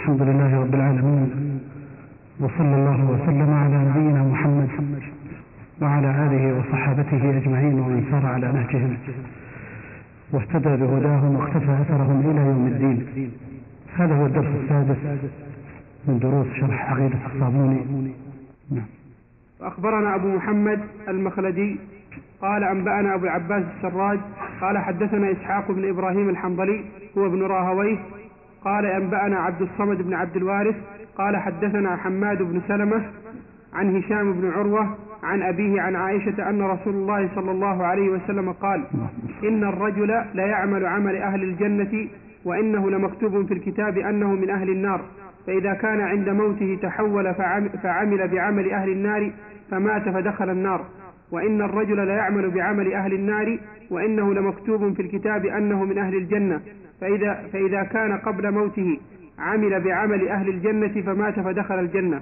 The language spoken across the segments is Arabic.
الحمد لله رب العالمين، وصلى الله وسلم على نبينا محمد وعلى آله وصحابته أجمعين ومن سار على نهجهم واهتدى بهداهم واقتفى أثرهم إلى يوم الدين. هذا هو الدرس السادس من دروس شرح عقيدة الصابوني. وأخبرنا أبو محمد المخلدي قال أنبأنا أبو العباس السراج قال حدثنا إسحاق بن إبراهيم الحنظلي هو ابن راهويه قال أنبأنا عبد الصمد بن عبد الوارث قال حدثنا حماد بن سلمة عن هشام بن عروة عن أبيه عن عائشة أن رسول الله صلى الله عليه وسلم قال: إن الرجل لا يعمل عمل أهل الجنة وإنه لمكتوب في الكتاب أنه من أهل النار، فإذا كان عند موته تحول فعمل بعمل أهل النار فمات فدخل النار، وإن الرجل لا يعمل بعمل أهل النار وإنه لمكتوب في الكتاب أنه من أهل الجنة، فإذا كان قبل موته عمل بعمل أهل الجنة فمات فدخل الجنة.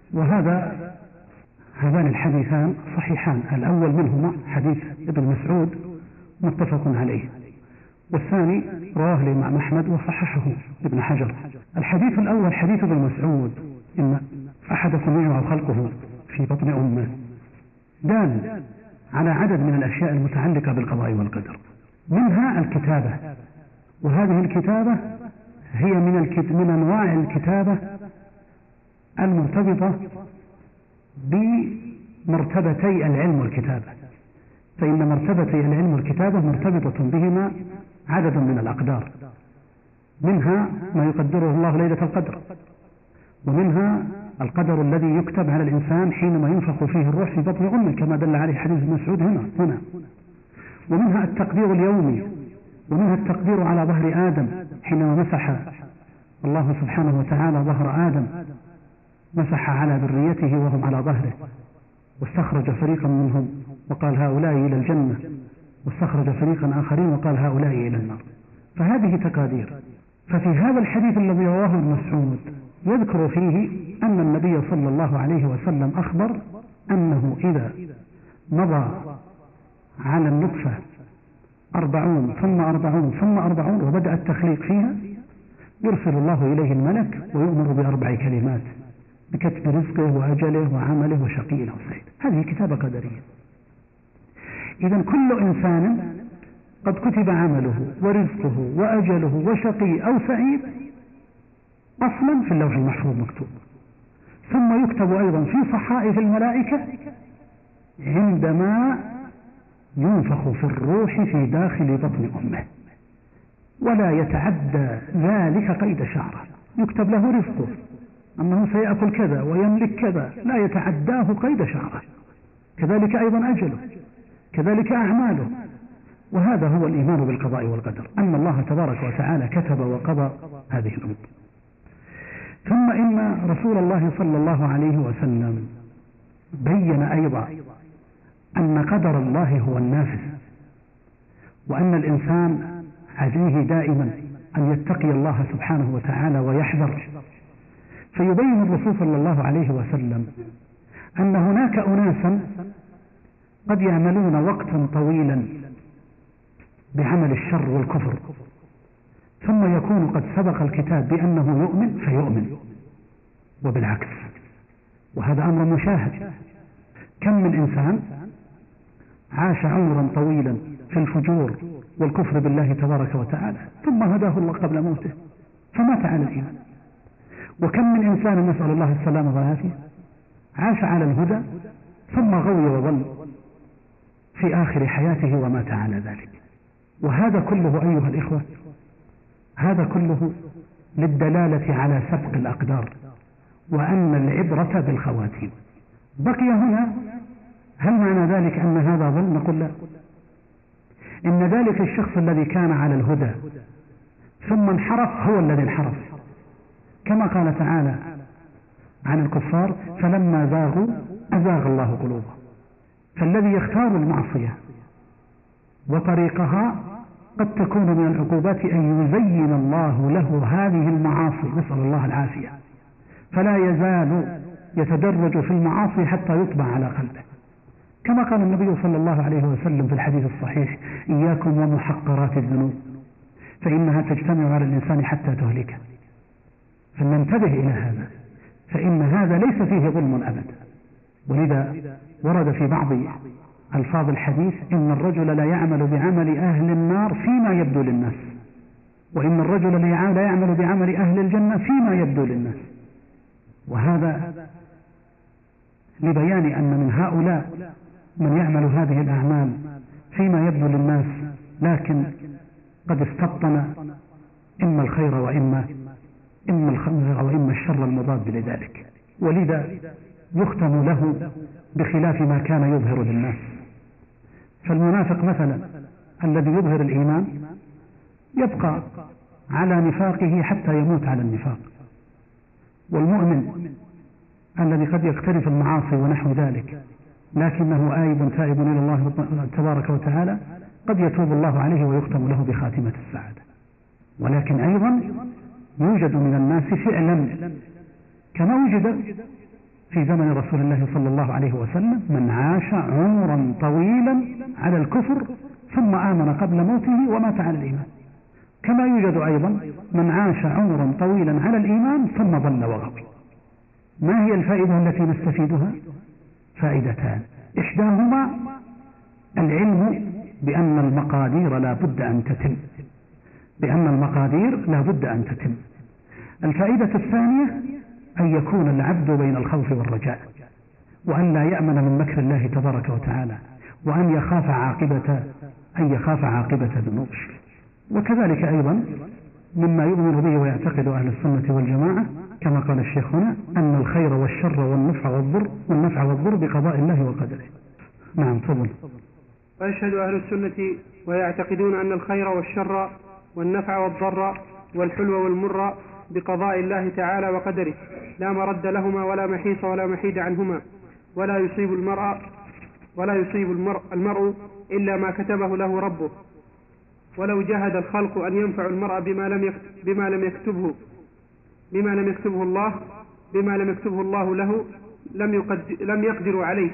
هذان الحديثان صحيحان. الأول منهما حديث ابن مسعود متفق عليه، والثاني رواه الإمام أحمد وصححه ابن حجر. الحديث الأول حديث ابن مسعود: إن أحدكم يجمع خلقه في بطن أمه، دال على عدد من الأشياء المتعلقة بالقضاء والقدر، منها الكتابة، وهذه الكتابة هي من أنواع الكتابة المرتبطة بمرتبتي العلم والكتابة، فإن مرتبتي العلم والكتابة مرتبطة بهما عدد من الأقدار، منها ما يقدره الله ليلة القدر، ومنها القدر الذي يكتب على الإنسان حينما ينفخ فيه الروح في بطن أمه كما دل عليه حديث ابن مسعود هنا، ومنها التقدير اليومي، ومنها التقدير على ظهر آدم حينما مسح الله سبحانه وتعالى ظهر آدم، مسح على ذريته وهم على ظهره، واستخرج فريقا منهم وقال هؤلاء إلى الجنة، واستخرج فريقا آخرين وقال هؤلاء إلى النار. فهذه تقادير. ففي هذا الحديث الذي رواه ابن مسعود يذكر فيه أن النبي صلى الله عليه وسلم أخبر أنه إذا مضى على النطفة 40 ثم 40 ثم 40 وبدأ التخليق فيها، يرسل الله إليه الملك ويؤمر ب4 كلمات: بكتب رزقه وأجله وعمله وشقي أو سعيد. هذه كتابة قدرية. إذا كل إنسان قد كتب عمله ورزقه وأجله وشقي أو سعيد أصلا في اللوح المحفوظ مكتوب، ثم يكتب أيضا في صحائف الملائكة عندما ينفخ في الروح في داخل بطن أمه، ولا يتعدى ذلك قيد شعره. يكتب له رزقه أنه سيأكل كذا ويملك كذا، لا يتعداه قيد شعره. كذلك أيضا أجله، كذلك أعماله. وهذا هو الإيمان بالقضاء والقدر، أن الله تبارك وتعالى كتب وقضى هذه الأمور. ثم إن رسول الله صلى الله عليه وسلم بين أيضا أن قدر الله هو النافذ، وأن الإنسان عليه دائما أن يتقي الله سبحانه وتعالى ويحذر. فيبين الرسول صلى الله عليه وسلم أن هناك أناسا قد يعملون وقتا طويلا بعمل الشر والكفر، ثم يكون قد سبق الكتاب بأنه يؤمن فيؤمن، وبالعكس. وهذا أمر مشاهد. كم من إنسان عاش عمرا طويلا في الفجور والكفر بالله تبارك وتعالى، ثم هداه الله قبل موته فمات على الإيمان. وكم من إنسان، نسأل الله السلامة والعافية، عاش على الهدى ثم غوي وضل في آخر حياته ومات على ذلك. وهذا كله أيها الإخوة، هذا كله للدلالة على سبق الأقدار، وأن العبرة بالخواتيم. بقي هنا: هل معنى ذلك أن هذا ظلم؟ نقول لا. إن ذلك الشخص الذي كان على الهدى ثم انحرف هو الذي انحرف، كما قال تعالى عن الكفار: فلما زاغوا أزاغ الله قلوبهم. فالذي يختار المعصية وطريقها قد تكون من العقوبات أن يزين الله له هذه المعاصي، نسأل الله العافية، فلا يزال يتدرج في المعاصي حتى يطبع على قلبه، كما قال النبي صلى الله عليه وسلم في الحديث الصحيح: إياكم ومحقرات الذنوب فإنها تجتمع على الإنسان حتى تهلكه. فلننتبه إلى هذا، فإن هذا ليس فيه ظلم أبدا. ولذا ورد في بعض ألفاظ الحديث إن الرجل لا يعمل بعمل أهل النار فيما يبدو للناس، وإن الرجل لا يعمل بعمل أهل الجنة فيما يبدو للناس. وهذا لبيان أن من هؤلاء من يعمل هذه الأعمال فيما يبدو للناس، لكن قد استبطن إما الخير وإما الشر المضاد لذلك، ولذا يختم له بخلاف ما كان يظهر للناس. فالمنافق مثلا الذي يظهر الإيمان يبقى على نفاقه حتى يموت على النفاق، والمؤمن الذي قد يقترف المعاصي ونحو ذلك لكنه آيب تائب إلى الله تبارك وتعالى قد يتوب الله عليه ويختم له بخاتمة السعادة. ولكن أيضا يوجد من الناس فعلا كما وجد في زمن رسول الله صلى الله عليه وسلم من عاش عمرا طويلا على الكفر ثم آمن قبل موته ومات على الإيمان، كما يوجد أيضا من عاش عمرا طويلا على الإيمان ثم ضل وغوي. ما هي الفائدة التي نستفيدها؟ فائدتان: إحداهما العلم بأن المقادير لا بد أن تتم، الفائدة الثانية أن يكون العبد بين الخوف والرجاء، وأن لا يأمن من مكر الله تبارك وتعالى، وأن يخاف عاقبة ذنوبه. وكذلك أيضا مما يؤمن به ويعتقد أهل السنة والجماعة كما قال الشيخ هنا أن الخير والشر والنفع والضر بقضاء الله وقدره. نعم تفضل. ويشهد أهل السنة ويعتقدون أن الخير والشر والنفع والضر والحلو والمر بقضاء الله تعالى وقدره، لا مرد لهما ولا محيص ولا محيد عنهما، ولا يصيب المرء إلا ما كتبه له ربه، ولو جهد الخلق أن ينفع المرء بما لم يكتبه الله له لم يقدروا عليه،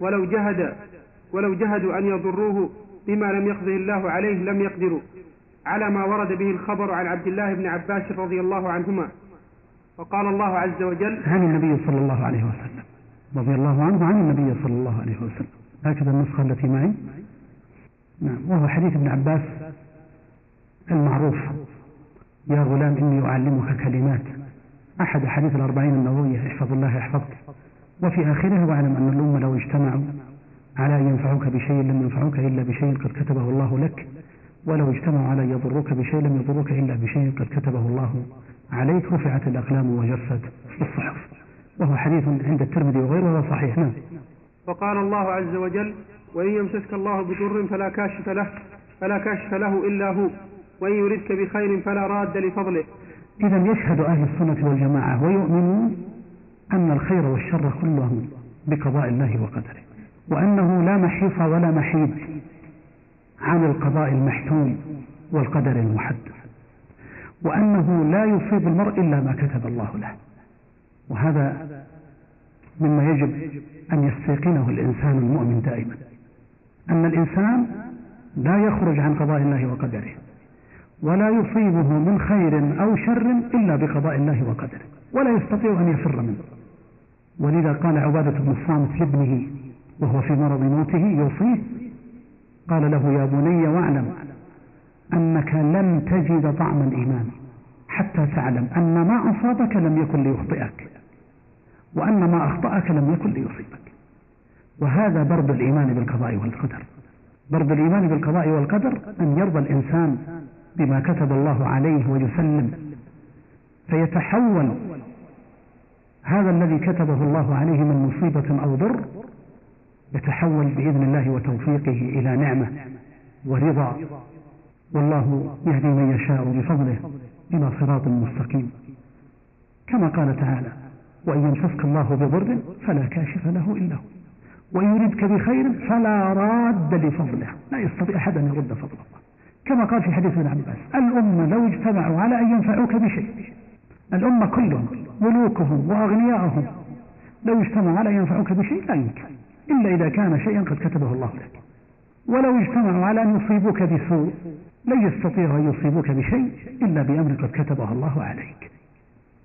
ولو جهدوا أن يضروه بما لم يقضه الله عليه لم يقدروا، على ما ورد به الخبر عن عبد الله بن عباس رضي الله عنهما. وقال الله عز وجل عن النبي صلى الله عليه وسلم رضي الله عنه عن النبي صلى الله عليه وسلم، هكذا النسخة التي معي. نعم، وهو حديث ابن عباس المعروف: يا غلام إني أعلمك كلمات، أحد حديث 40 النووية: احفظ الله يحفظك. وفي آخره: واعلم أن الأمة لو اجتمعوا على أن ينفعوك بشيء لم ينفعوك إلا بشيء قد كتبه الله لك، ولو اجتمعوا على أن يضروك بشيء لم يضروك إلا بشيء قد كتبه الله عليك، رفعت الأقلام وجفت الصحف. وهو حديث عند الترمذي وغيره وهو صحيح. نعم. وقال الله عز وجل: وإن يمسسك الله بضر فلا كاشف له إلا هو، وإن يردك بخير فلا راد لفضله. إذن يشهد أهل السنة والجماعة ويؤمنون أن الخير والشر كله بقضاء الله وقدره، وأنه لا محيص ولا محيد عن القضاء المحتوم والقدر المحدد، وأنه لا يصيب المرء إلا ما كتب الله له. وهذا مما يجب أن يستيقنه الإنسان المؤمن دائما، أن الإنسان لا يخرج عن قضاء الله وقدره، ولا يصيبه من خير أو شر إلا بقضاء الله وقدره، ولا يستطيع أن يفر منه. ولذا قال عبادة بن الصامت لابنه وهو في مرض موته يوصيه، قال له: يا بني واعلم أنك لن تجد طعم الإيمان حتى تعلم أن ما أصابك لم يكن ليخطئك، وأن ما أخطأك لم يكن ليصيبك. وهذا برد الإيمان بالقضاء والقدر. برد الإيمان بالقضاء والقدر أن يرضى الإنسان بما كتب الله عليه ويسلم، فيتحول هذا الذي كتبه الله عليه من مصيبة أو ضر يتحول بإذن الله وتوفيقه إلى نعمة ورضا، والله يهدي من يشاء بفضله إلى صراط مستقيم، كما قال تعالى: وإن يمسسك الله بضر فلا كاشف له إلا هو، وإن يردك بخير فلا راد لفضله، لا يستطيع أحد أن يرد فضل الله. كما قال في حديث ابن عباس: الأمة لو اجتمعوا على أن ينفعوك بشيء، الأمة كلهم ملوكهم وأغنياءهم لو اجتمعوا على أن ينفعوك بشيء لا يمكن إلا إذا كان شيئا قد كتبه الله لك. ولو اجتمعوا على أن يصيبوك بسوء لن يستطيعوا أن يصيبوك بشيء إلا بأمر قد كتبه الله عليك.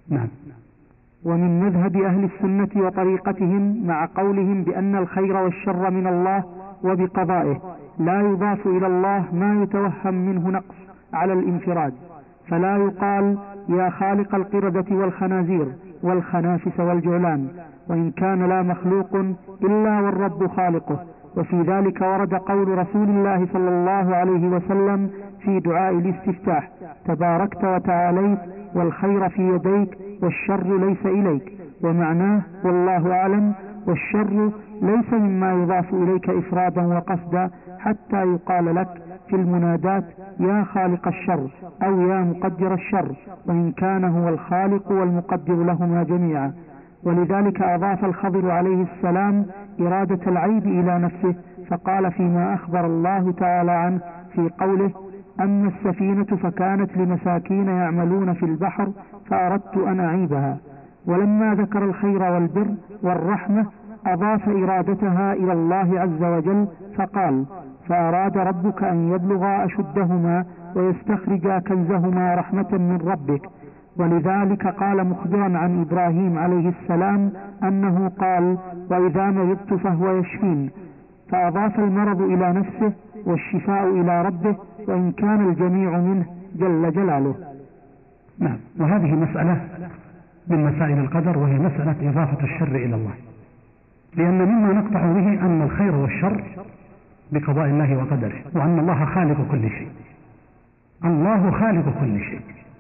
نعم. ومن مذهب أهل السنة وطريقتهم مع قولهم بأن الخير والشر من الله وبقضائه لا يضاف إلى الله ما يتوهم منه نقص على الانفراد، فلا يقال يا خالق القردة والخنازير والخنافس والجعلان، وإن كان لا مخلوق إلا والرب خالقه. وفي ذلك ورد قول رسول الله صلى الله عليه وسلم في دعاء الاستفتاح: تباركت وتعاليت والخير في يديك والشر ليس إليك. ومعناه والله أعلم: والشر ليس مما يضاف إليك إفرادا وقصدا حتى يقال لك في المنادات يا خالق الشر أو يا مقدر الشر، وإن كان هو الخالق والمقدر لهما جميعا. ولذلك أضاف الخضر عليه السلام إرادة العيب إلى نفسه، فقال فيما أخبر الله تعالى عنه في قوله: أما السفينة فكانت لمساكين يعملون في البحر فأردت أن أعيبها. ولما ذكر الخير والبر والرحمة أضاف إرادتها إلى الله عز وجل، فقال: فأراد ربك أن يبلغا أشدهما ويستخرجا كنزهما رحمة من ربك. ولذلك قال مخبرا عن إبراهيم عليه السلام أنه قال: وإذا مرضت فهو يشفين. فأضاف المرض إلى نفسه والشفاء إلى ربه، وإن كان الجميع منه جل جلاله. نعم. وهذه مسألة من مسائل القدر، وهي مسألة إضافة الشر إلى الله، لأن مما نقطع به أن الخير والشر بقضاء الله وقدره، وأن الله خالق كل شيء. الله خالق كل شيء.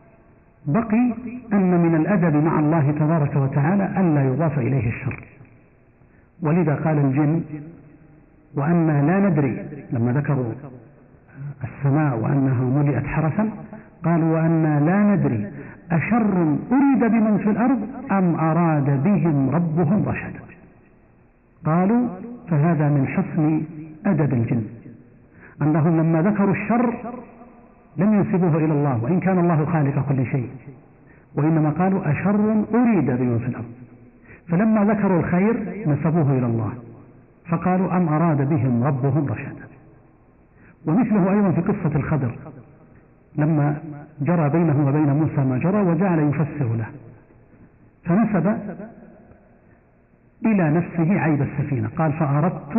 بقي أن من الأدب مع الله تبارك وتعالى ألا يضاف إليه الشر. ولذا قال الجن: وأنا لا ندري، لما ذكروا السماء وأنها ملئت حرسا، قالوا: وأنا لا ندري أشر أريد بمن في الأرض أم أراد بهم ربهم رشدا. قالوا: فهذا من حسن أدب الجن، أنهم لما ذكروا الشر لم ينسبوه إلى الله، وإن كان الله خالق كل شيء، وإنما قالوا: أشر أريد بمن في الأرض. فلما ذكروا الخير نسبوه إلى الله، فقالوا: أم أراد بهم ربهم رشدا. ومثله أيضا في قصة الخضر، لما جرى بينه وبين موسى ما جرى وجعل يفسر له، فنسب إلى نفسه عيب السفينة، قال: فأردت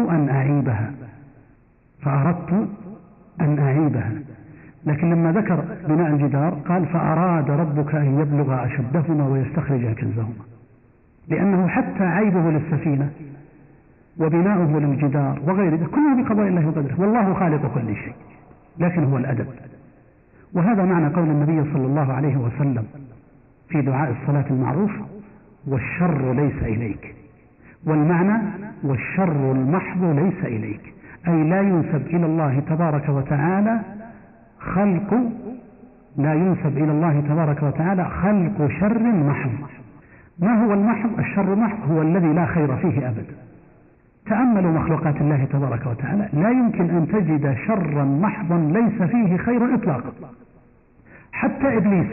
أن أعيبها. لكن لما ذكر بناء الجدار قال: فأراد ربك أن يبلغ أشدهما ويستخرج كنزهما، لأنه حتى عيبه للسفينة وبناؤه للجدار وغير ذلك كله بقضاء الله وقدره، والله خالق كل شيء، لكن هو الأدب. وهذا معنى قول النبي صلى الله عليه وسلم في دعاء الصلاة المعروف: والشر ليس إليك. والمعنى: والشر المحض ليس إليك، أي لا ينسب إلى الله تبارك وتعالى خلق شر محض. ما هو المحض؟ الشر محض هو الذي لا خير فيه أبدا. تأملوا مخلوقات الله تبارك وتعالى، لا يمكن أن تجد شرا محضا ليس فيه خير إطلاقا. حتى إبليس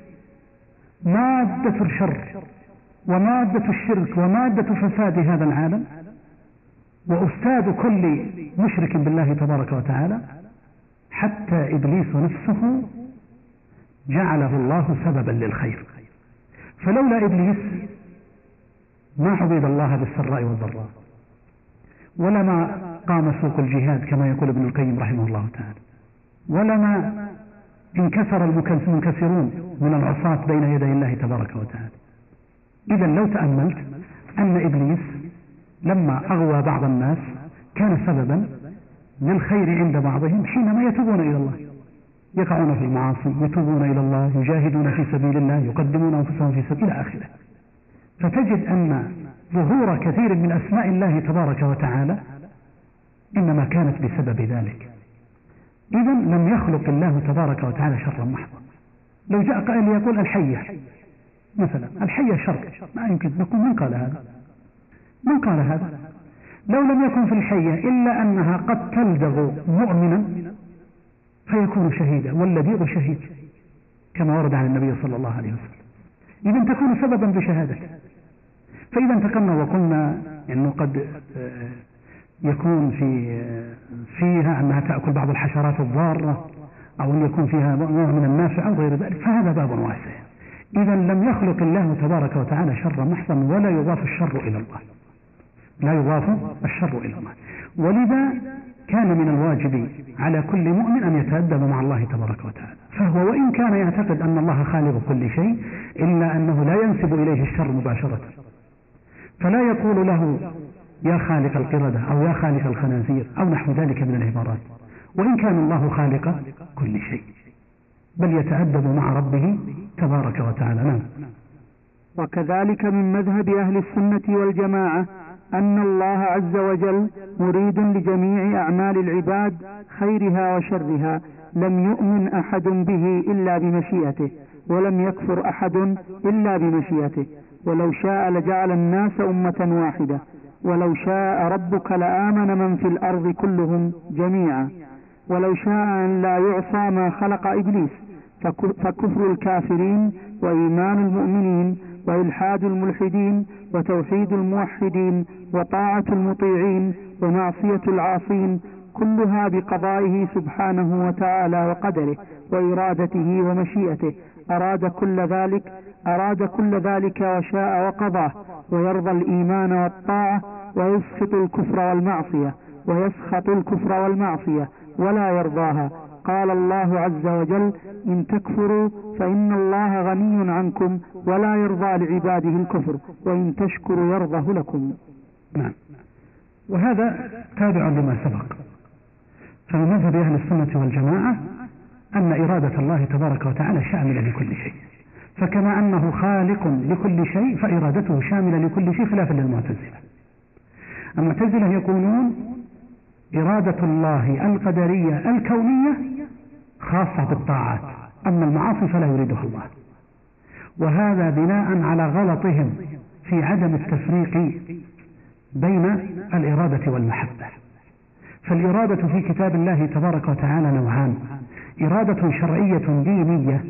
مادة الشر ومادة الشرك ومادة فساد هذا العالم وأستاذ كل مشرك بالله تبارك وتعالى، حتى إبليس نفسه جعله الله سببا للخير. فلولا إبليس ما عبد الله بالسراء والضراء، ولما قام سوق الجهاد كما يقول ابن القيم رحمه الله تعالى، ولما انكسر المنكسرون من العصاة بين يدي الله تبارك وتعالى. إذا لو تأملت أن إبليس لما أغوى بعض الناس كان سببا للخير عند بعضهم حينما يتوبون إلى الله، يقعون في المعاصي، يتوبون إلى الله، يجاهدون في سبيل الله، يقدمون أنفسهم في سبيل آخره. فتجد أن ظهور كثير من أسماء الله تبارك وتعالى إنما كانت بسبب ذلك. إذا لم يخلق الله تبارك وتعالى شرا محضا. لو جاء قائل يقول الحية مثلا، الحية شر، ما يمكن نقول من قال هذا؟ من قال هذا؟ لو لم يكن في الحية إلا أنها قد تلدغ مؤمنا فيكون شهيدا، واللديغ شهيد كما ورد عن النبي صلى الله عليه وسلم. إذن تكون سببا بشهادته. فإذا انتقلنا وقلنا أنه قد يكون فيها أنها تأكل بعض الحشرات الضارة، أو أن يكون فيها نوع من النافع أو غير ذلك، فهذا باب واسع. إذا لم يخلق الله تبارك وتعالى شرا محضا، ولا يضاف الشر إلى الله، لا يضاف الشر إلى الله. ولذا كان من الواجب على كل مؤمن أن يتأدب مع الله تبارك وتعالى، فهو وإن كان يعتقد أن الله خالق كل شيء إلا أنه لا ينسب إليه الشر مباشرة، فلا يقول له يا خالق القردة أو يا خالق الخنازير أو نحو ذلك من العبارات، وإن كان الله خالق كل شيء، بل يتأدب مع ربه تبارك وتعالى. نعم. وكذلك من مذهب أهل السنة والجماعة أن الله عز وجل مريد لجميع أعمال العباد خيرها وشرها، لم يؤمن أحد به إلا بمشيئته، ولم يكفر أحد إلا بمشيئته، ولو شاء لجعل الناس أمة واحدة، ولو شاء ربك لآمن من في الأرض كلهم جميعا، ولو شاء أن لا يعصى ما خلق إبليس، فكفر الكافرين وإيمان المؤمنين وإلحاد الملحدين وتوحيد الموحدين وطاعة المطيعين ومعصية العاصين كلها بقضائه سبحانه وتعالى وقدره وإرادته ومشيئته، أراد كل ذلك وشاء وقضاه، ويرضى الإيمان والطاعة ويسخط الكفر والمعصية ولا يرضاها. قال الله عز وجل: إن تكفروا فإن الله غني عنكم ولا يرضى لعباده الكفر وإن تشكروا يرضه لكم. نعم. وهذا تابع لما سبق. فمن مذهب أهل السنة والجماعة أن إرادة الله تبارك وتعالى شاملة لكل شيء، فكما أنه خالق لكل شيء فإرادته شاملة لكل شيء، خلافا للمعتزلة. المعتزلة يقولون إرادة الله القدرية الكونية خاصة بالطاعات، أما المعاصي فلا يريدها الله، وهذا بناء على غلطهم في عدم التفريق بين الإرادة والمحبة. فالإرادة في كتاب الله تبارك وتعالى نوعان: إرادة شرعية دينية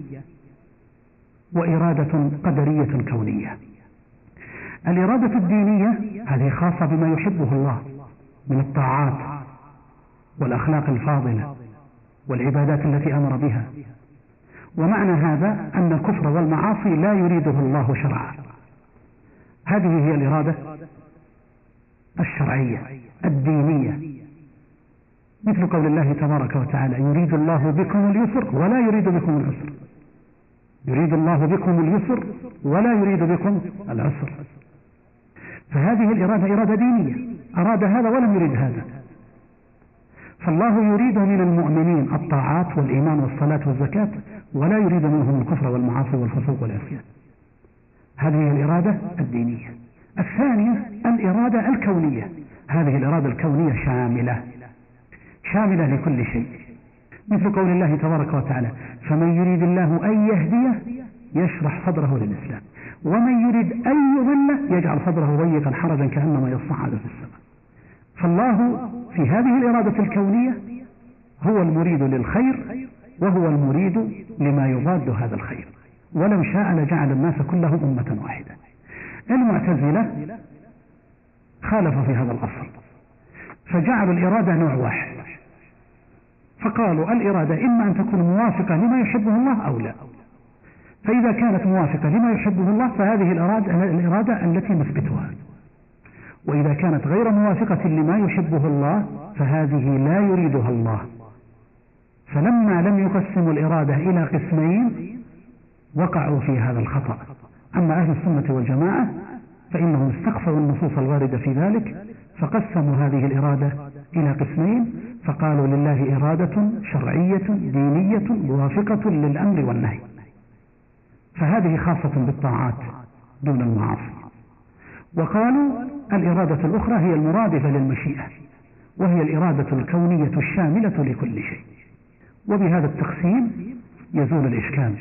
وإرادة قدرية كونية. الإرادة الدينية هذه خاصة بما يحبه الله من الطاعات والأخلاق الفاضلة والعبادات التي أمر بها، ومعنى هذا أن الكفر والمعاصي لا يريده الله شرعا. هذه هي الإرادة الشرعية الدينية، مثل قول الله تبارك وتعالى: يريد الله بكم اليسر ولا يريد بكم العسر، يريد الله بكم اليسر ولا يريد بكم العسر. فهذه الإرادة إرادة دينية، أراد هذا ولم يريد هذا. فالله يريد من المؤمنين الطاعات والإيمان والصلاة والزكاة، ولا يريد منهم الكفر والمعاصي والفسوق والعصيان. هذه هي الإرادة الدينية. الثانية الإرادة الكونية، هذه الإرادة الكونية شاملة لكل شيء، مثل قول الله تبارك وتعالى: فمن يريد الله أن يهديه يشرح صدره للإسلام، ومن يريد أن يضله يجعل صدره ضيقا حرجا كأنما يصعد في السماء. فالله في هذه الإرادة الكونية هو المريد للخير، وهو المريد لما يضاد هذا الخير، ولو شاء لجعل الناس كلهم أمة واحدة. المعتزلة خالفوا في هذا الأصل، فجعلوا الإرادة نوع واحد، فقالوا الإرادة إما أن تكون موافقة لما يحبه الله أو لا، فإذا كانت موافقة لما يحبه الله فهذه الإرادة التي نثبتها، وإذا كانت غير موافقة لما يحبه الله فهذه لا يريدها الله. فلما لم يقسموا الإرادة إلى قسمين وقعوا في هذا الخطأ. أما أهل السنة والجماعة فإنهم استقصوا النصوص الواردة في ذلك، فقسموا هذه الإرادة إلى قسمين، فقالوا لله إرادة شرعية دينية موافقة للأمر والنهي، فهذه خاصة بالطاعات دون المعاصي. وقالوا الإرادة الأخرى هي المرادفة للمشيئة، وهي الإرادة الكونية الشاملة لكل شيء. وبهذا التقسيم يزول الإشكال.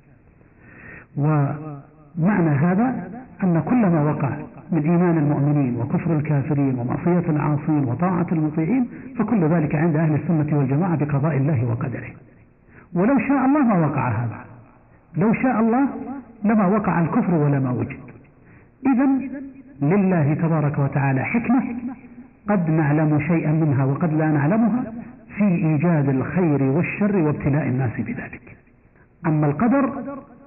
ومعنى هذا أن كل ما وقع من إيمان المؤمنين وكفر الكافرين ومعصية العاصين وطاعة المطيعين فكل ذلك عند أهل السنة والجماعة بقضاء الله وقدره. ولو شاء الله ما وقع هذا، لو شاء الله لما وقع الكفر ولما وجد. إذن لله تبارك وتعالى حكمة قد نعلم شيئا منها وقد لا نعلمها في إيجاد الخير والشر وابتلاء الناس بذلك. أما القدر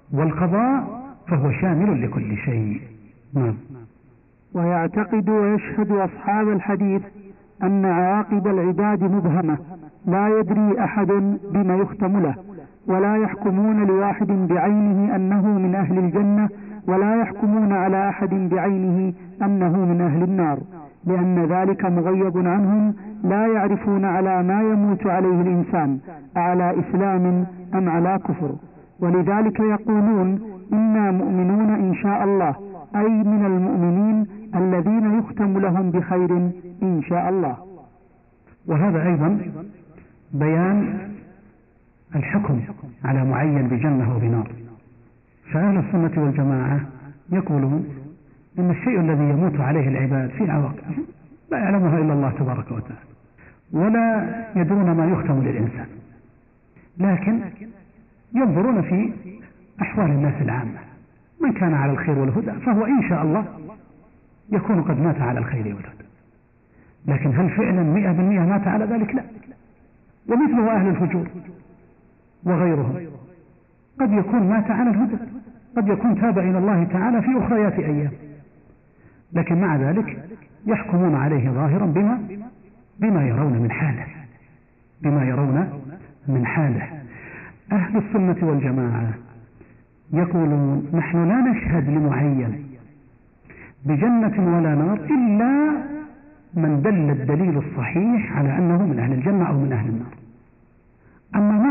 والقضاء فهو شامل لكل شيء. نعم. ويعتقد ويشهد أصحاب الحديث أن عواقب العباد مبهمة، لا يدري أحد بما يختم له، ولا يحكمون لواحد بعينه أنه من أهل الجنة، ولا يحكمون على أحد بعينه أنه من أهل النار، لأن ذلك مغيب عنهم، لا يعرفون على ما يموت عليه الإنسان على إسلام أم على كفر. ولذلك يقولون إنا مؤمنون إن شاء الله، أي من المؤمنين الذين يختم لهم بخير إن شاء الله. وهذا أيضا بيان الحكم على معين بجنة وبنار. فأهل السنة والجماعة يقولون إن الشيء الذي يموت عليه العباد في عواقب لا يعلمها إلا الله تبارك وتعالى، ولا يدرون ما يختم للإنسان، لكن ينظرون في أحوال الناس العامة، من كان على الخير والهدى فهو إن شاء الله يكون قد مات على الخير والهدى. لكن هل فعلا 100% مات على ذلك؟ لا. ومثله أهل الفجور وغيرهم قد يكون مات على الهدى، قد يكون تاب إلى الله تعالى في أخريات أيام، لكن مع ذلك يحكمون عليه ظاهرا بما يرون من حاله، بما يرون من حاله. أهل السنة والجماعة يقولون نحن لا نشهد لمعين بجنة ولا نار إلا من دل الدليل الصحيح على أنه من أهل الجنة أو من أهل النار. أما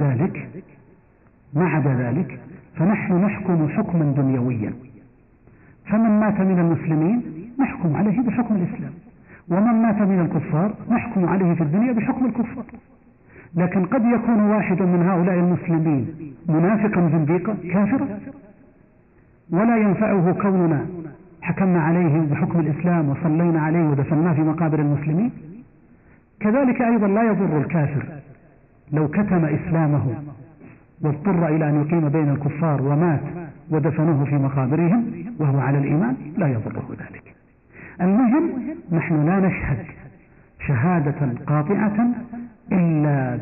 ما عدا ذلك فنحن نحكم حكما دنيويا، فمن مات من المسلمين نحكم عليه بحكم الإسلام، ومن مات من الكفار نحكم عليه في الدنيا بحكم الكفار. لكن قد يكون واحد من هؤلاء المسلمين منافقا زنديقا كافرا، ولا ينفعه كوننا حكمنا عليه بحكم الإسلام وصلينا عليه ودفناه في مقابر المسلمين. كذلك أيضا لا يضر الكافر لو كتم إسلامه واضطر إلى أن يقيم بين الكفار ومات ودفنوه في مقابرهم وهو على الإيمان، لا يضره ذلك. المهم نحن لا نشهد شهادة قاطعة إلا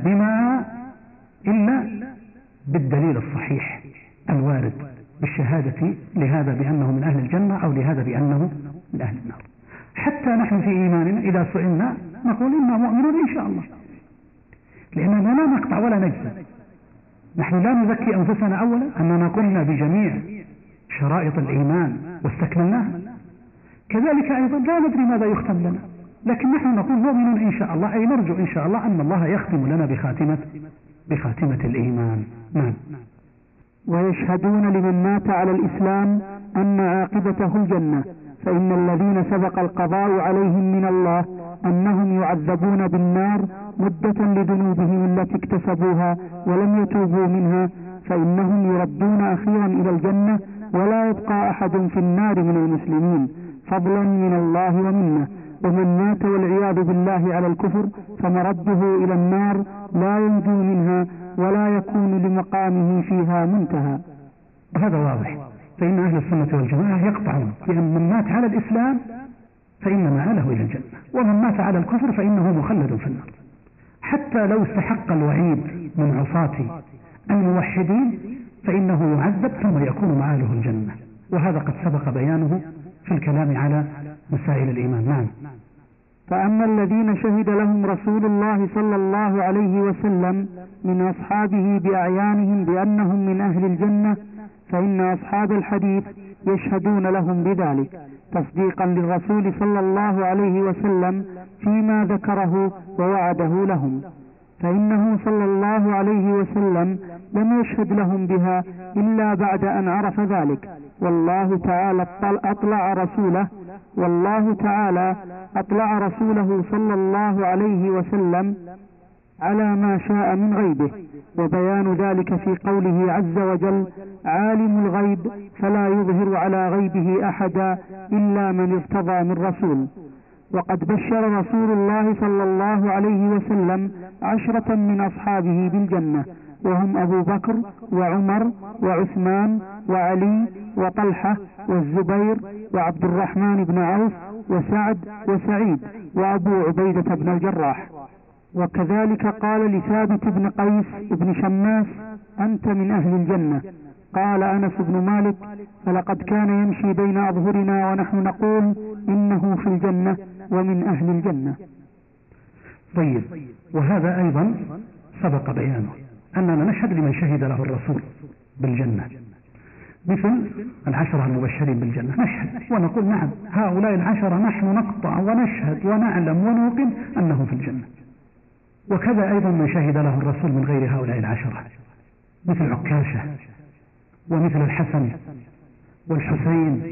بالدليل الصحيح الوارد بالشهادة لهذا بأنه من أهل الجنة أو لهذا بأنه من أهل النار. حتى نحن في إيماننا إذا سئلنا نقول إنا مؤمنون إن شاء الله، لأننا لا نقطع ولا نجزم. نحن لا نزكي أنفسنا أولا أننا قلنا بجميع شرائط الإيمان واستكملناها، كذلك أيضا لا ندري ماذا يختم لنا، لكن نحن نقول مؤمنون إن شاء الله، أي نرجو إن شاء الله أن الله يختم لنا بخاتمة الإيمان. نعم. ويشهدون لمن مات على الإسلام أن عاقبته الجنة، فإن الذين سبق القضاء عليهم من الله أنهم يعذبون بالنار مدة لذنوبهم التي اكتسبوها ولم يتوبوا منها، فإنهم يردون أخيرا إلى الجنة، ولا يبقى أحد في النار من المسلمين فضلا من الله ومنه. ومن مات والعياذ بالله على الكفر فمرده إلى النار لا ينجو منها ولا يكون لمقامه فيها منتهى. هذا واضح. فإن أهل السنة والجماعة يقطعون بأن من مات على الإسلام فإن مآله إلى الجنة، ومن مات على الكفر فإنه مخلد في النار، حتى لو استحق الوعيد من عصاة الموحدين فإنه يعذب ثم يكون مآله الجنة. وهذا قد سبق بيانه في الكلام على مسائل الإيمان. نعم. فأما الذين شهد لهم رسول الله صلى الله عليه وسلم من أصحابه بأعيانهم بأنهم من أهل الجنة، فإن أصحاب الحديث يشهدون لهم بذلك تصديقا للرسول صلى الله عليه وسلم فيما ذكره ووعده لهم، فإنه صلى الله عليه وسلم لم يشهد لهم بها إلا بعد أن عرف ذلك، والله تعالى أطلع رسوله صلى الله عليه وسلم على ما شاء من غيبه. وبيان ذلك في قوله عز وجل: عالم الغيب فلا يظهر على غيبه أحدا إلا من ارتضى من رسول. وقد بشر رسول الله صلى الله عليه وسلم 10 من أصحابه بالجنة، وهم أبو بكر وعمر وعثمان وعلي وطلحة والزبير وعبد الرحمن بن عوف وسعد وسعيد وأبو عبيدة بن الجراح. وكذلك قال لثابت بن قيس بن شماس: أنت من أهل الجنة. قال أنس بن مالك: فلقد كان يمشي بين أظهرنا ونحن نقول إنه في الجنة ومن أهل الجنة. طيب، وهذا أيضا سبق بيانه، أننا نشهد لمن شهد له الرسول بالجنة، مثل 10 المبشرين بالجنة، نشهد ونقول نعم هؤلاء 10 نحن نقطع ونشهد ونعلم ونوقن أنهم في الجنة. وكذا أيضا من شهد له الرسول من غير هؤلاء 10، مثل عكاشة ومثل الحسن والحسين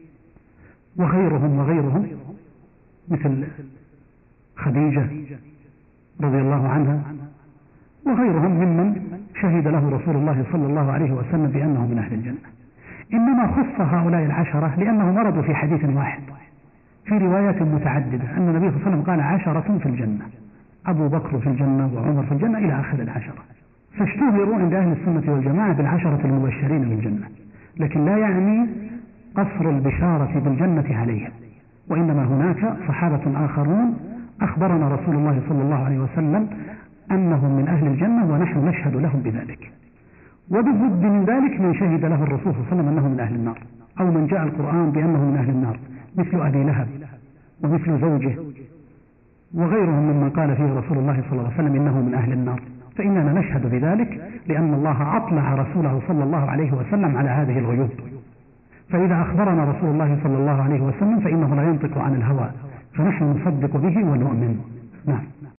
وغيرهم مثل خديجة رضي الله عنها وغيرهم ممن شهد له رسول الله صلى الله عليه وسلم بأنه من أهل الجنة. إنما خص هؤلاء 10 لأنهم وردوا في حديث واحد في روايات متعددة أن النبي صلى الله عليه وسلم قال 10 في الجنة، أبو بكر في الجنة وعمر في الجنة إلى آخر 10. فاشتهروا عند أهل السنة والجماعة بال10 المبشرين بالجنة، لكن لا يعني قصر البشارة بالجنة عليهم، وإنما هناك صحابة آخرون أخبرنا رسول الله صلى الله عليه وسلم أنهم من أهل الجنة ونحن نشهد لهم بذلك. وبالضد من ذلك من شهد له الرسول صلى الله عليه وسلم أنه من أهل النار، أو من جاء القرآن بأنه من أهل النار، مثل أبي لهب ومثل زوجه وغيرهم ممن قال فيه رسول الله صلى الله عليه وسلم إنه من أهل النار، فإننا نشهد بذلك لأن الله أطلع رسوله صلى الله عليه وسلم على هذه الغيوب. فإذا أخبرنا رسول الله صلى الله عليه وسلم فإنه لا ينطق عن الهوى، فنحن نصدق به ونؤمن. نعم.